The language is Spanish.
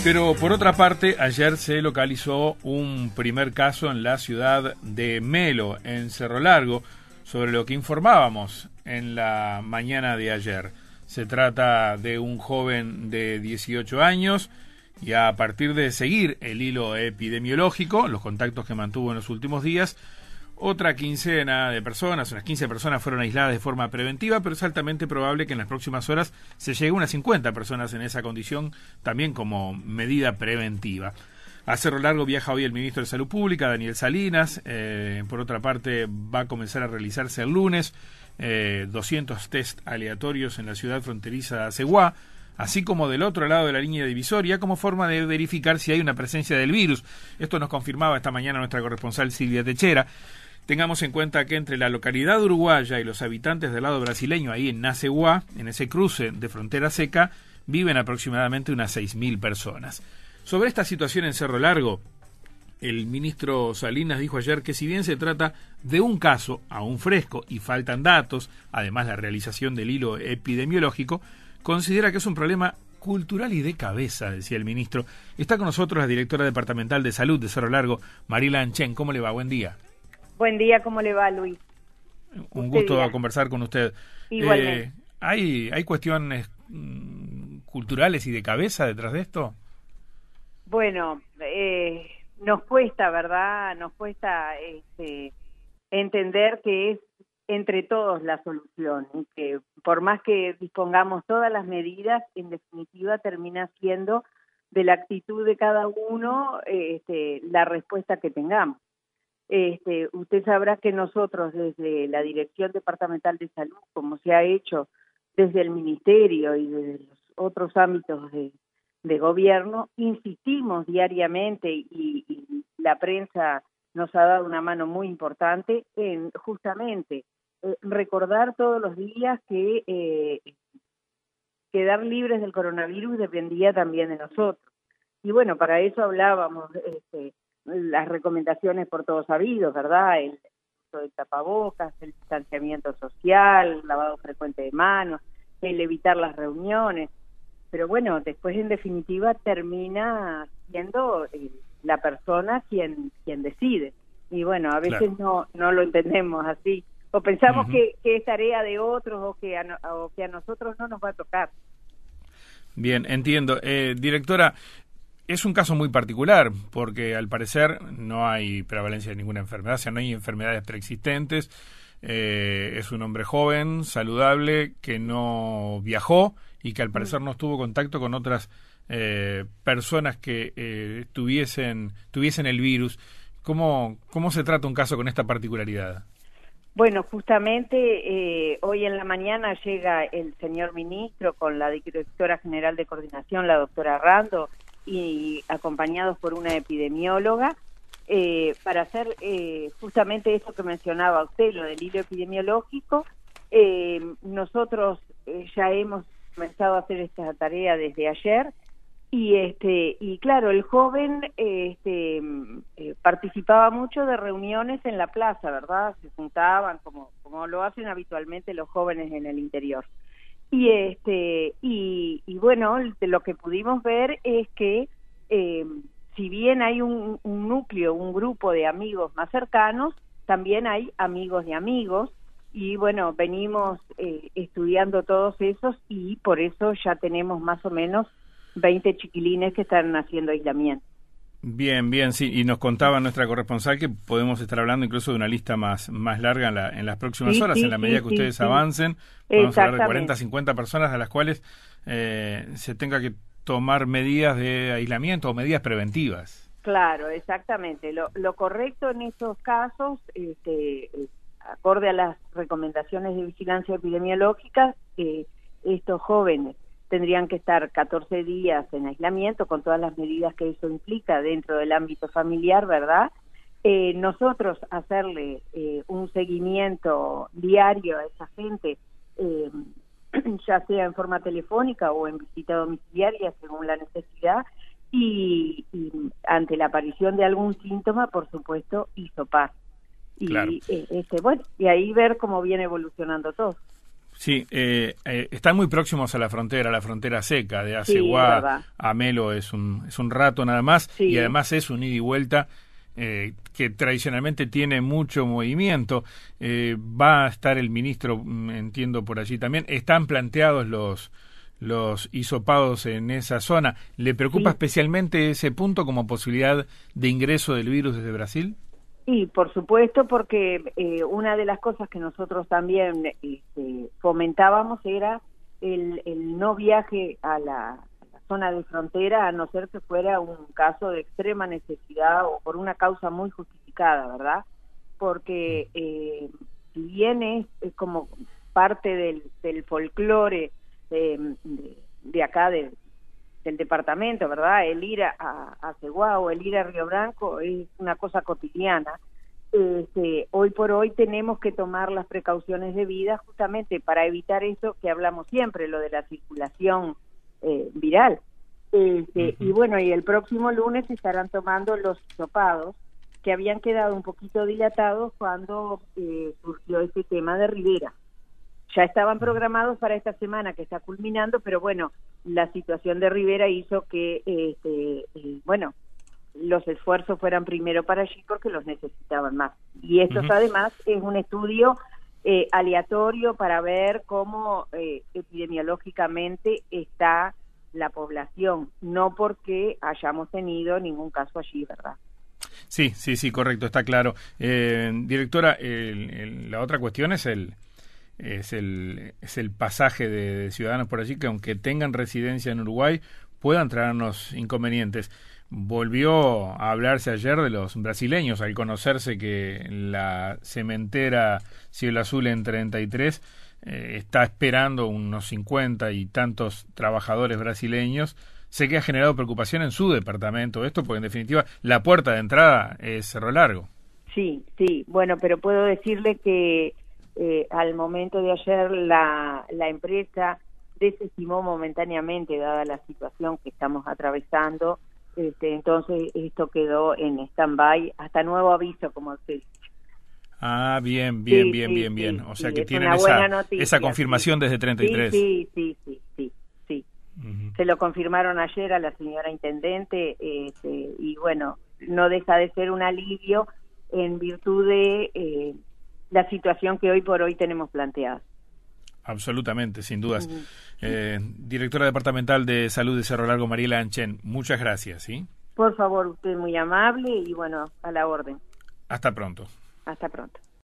Pero por otra parte, ayer se localizó un primer caso en la ciudad de Melo, en Cerro Largo, sobre lo que informábamos en la mañana de ayer. Se trata de un joven de 18 años y a partir de seguir el hilo epidemiológico, los contactos que mantuvo en los últimos días, otra quincena de personas, unas 15 personas fueron aisladas de forma preventiva, pero es altamente probable que en las próximas horas se llegue a unas 50 personas en esa condición, también como medida preventiva. A Cerro Largo viaja hoy el ministro de Salud Pública, Daniel Salinas. Por otra parte, va a comenzar a realizarse el lunes 200 test aleatorios en la ciudad fronteriza de Aceguá, así como del otro lado de la línea divisoria, como forma de verificar si hay una presencia del virus. Esto nos confirmaba esta mañana nuestra corresponsal Silvia Techera. Tengamos en cuenta que entre la localidad uruguaya y los habitantes del lado brasileño, ahí en Aceguá, en ese cruce de frontera seca, viven aproximadamente unas 6.000 personas. Sobre esta situación en Cerro Largo, el ministro Salinas dijo ayer que si bien se trata de un caso aún fresco y faltan datos, además la realización del hilo epidemiológico, considera que es un problema cultural y de cabeza, decía el ministro. Está con nosotros la directora departamental de salud de Cerro Largo, Mariela Anchen. ¿Cómo le va? Buen día. Buen día, ¿cómo le va, Luis? Un gusto conversar con usted. Igualmente. ¿Hay cuestiones culturales y de cabeza detrás de esto? Bueno, nos cuesta, ¿verdad? Nos cuesta entender que es entre todos la solución, y que por más que dispongamos todas las medidas, en definitiva termina siendo de la actitud de cada uno la respuesta que tengamos. Usted sabrá que nosotros desde la Dirección Departamental de Salud, como se ha hecho desde el Ministerio y desde los otros ámbitos de gobierno, insistimos diariamente y la prensa nos ha dado una mano muy importante en justamente recordar todos los días que quedar libres del coronavirus dependía también de nosotros. Y bueno, para eso hablábamos las recomendaciones por todos sabidos, ¿verdad? El uso de tapabocas, el distanciamiento social, el lavado frecuente de manos, el evitar las reuniones. Pero bueno, después en definitiva termina siendo la persona quien decide. Y bueno, a veces claro, no lo entendemos así. O pensamos que es tarea de otros o que a nosotros no nos va a tocar. Bien, entiendo. Directora, es un caso muy particular porque al parecer no hay prevalencia de ninguna enfermedad, o sea, no hay enfermedades preexistentes. Es un hombre joven, saludable, que no viajó y que al parecer no estuvo contacto con otras personas que tuviesen el virus. ¿Cómo se trata un caso con esta particularidad? Bueno, justamente hoy en la mañana llega el señor ministro con la directora general de coordinación, la doctora Rando, y acompañados por una epidemióloga, para hacer justamente eso que mencionaba usted, lo del hilo epidemiológico. Nosotros ya hemos comenzado a hacer esta tarea desde ayer, y claro, el joven participaba mucho de reuniones en la plaza, ¿verdad? Se juntaban como lo hacen habitualmente los jóvenes en el interior. Y bueno, lo que pudimos ver es que si bien hay un núcleo, un grupo de amigos más cercanos, también hay amigos de amigos, y bueno, venimos estudiando todos esos y por eso ya tenemos más o menos 20 chiquilines que están haciendo aislamiento. Bien, sí, y nos contaba nuestra corresponsal que podemos estar hablando incluso de una lista más larga en las próximas horas, en la medida que ustedes avancen. Podemos hablar de 40, 50 personas a las cuales se tenga que tomar medidas de aislamiento o medidas preventivas. Claro, exactamente. Lo correcto en esos casos, acorde a las recomendaciones de vigilancia epidemiológica, estos jóvenes tendrían que estar 14 días en aislamiento con todas las medidas que eso implica dentro del ámbito familiar, ¿verdad? Nosotros hacerle un seguimiento diario a esa gente, ya sea en forma telefónica o en visita domiciliaria según la necesidad, y ante la aparición de algún síntoma, por supuesto, hisopar. Claro. Y ahí ver cómo viene evolucionando todo. Sí, están muy próximos a la frontera seca, de Aceguá a Melo es un rato nada más, sí. Y además es un ida y vuelta que tradicionalmente tiene mucho movimiento. Va a estar el ministro, entiendo, por allí también. ¿Están planteados los hisopados en esa zona? ¿Le preocupa especialmente ese punto como posibilidad de ingreso del virus desde Brasil? Sí, por supuesto, porque una de las cosas que nosotros también fomentábamos era el no viaje a la zona de frontera, a no ser que fuera un caso de extrema necesidad o por una causa muy justificada, ¿verdad? Porque si bien es como parte del folclore de acá, del departamento, ¿verdad? El ir a Aceguá o el ir a Río Branco es una cosa cotidiana. Hoy por hoy tenemos que tomar las precauciones debidas justamente para evitar eso que hablamos siempre, lo de la circulación viral. Y bueno, y el próximo lunes se estarán tomando los hisopados que habían quedado un poquito dilatados cuando surgió este tema de Rivera. Ya estaban programados para esta semana que está culminando, pero bueno, la situación de Rivera hizo que, bueno, los esfuerzos fueran primero para allí porque los necesitaban más. Y esto además es un estudio aleatorio para ver cómo epidemiológicamente está la población, no porque hayamos tenido ningún caso allí, ¿verdad? Sí, correcto, está claro. Directora, la otra cuestión es el pasaje de ciudadanos por allí que, aunque tengan residencia en Uruguay, puedan traernos inconvenientes. Volvió a hablarse ayer de los brasileños al conocerse que la cementera Cielo Azul en 33 está esperando unos 50 y tantos trabajadores brasileños. Sé que ha generado preocupación en su departamento esto, porque en definitiva la puerta de entrada es Cerro Largo. Sí, bueno, pero puedo decirle que al momento de ayer la empresa desestimó momentáneamente, dada la situación que estamos atravesando, entonces esto quedó en stand-by hasta nuevo aviso, como usted dice. Ah, bien. O sea que tienen esa confirmación desde 33. Sí. Se lo confirmaron ayer a la señora intendente, y bueno, no deja de ser un alivio en virtud de la situación que hoy por hoy tenemos planteada. Absolutamente, sin dudas. Directora departamental de Salud de Cerro Largo, Mariela Anchen, muchas gracias. ¿Sí? Por favor, usted muy amable y bueno, a la orden. Hasta pronto. Hasta pronto.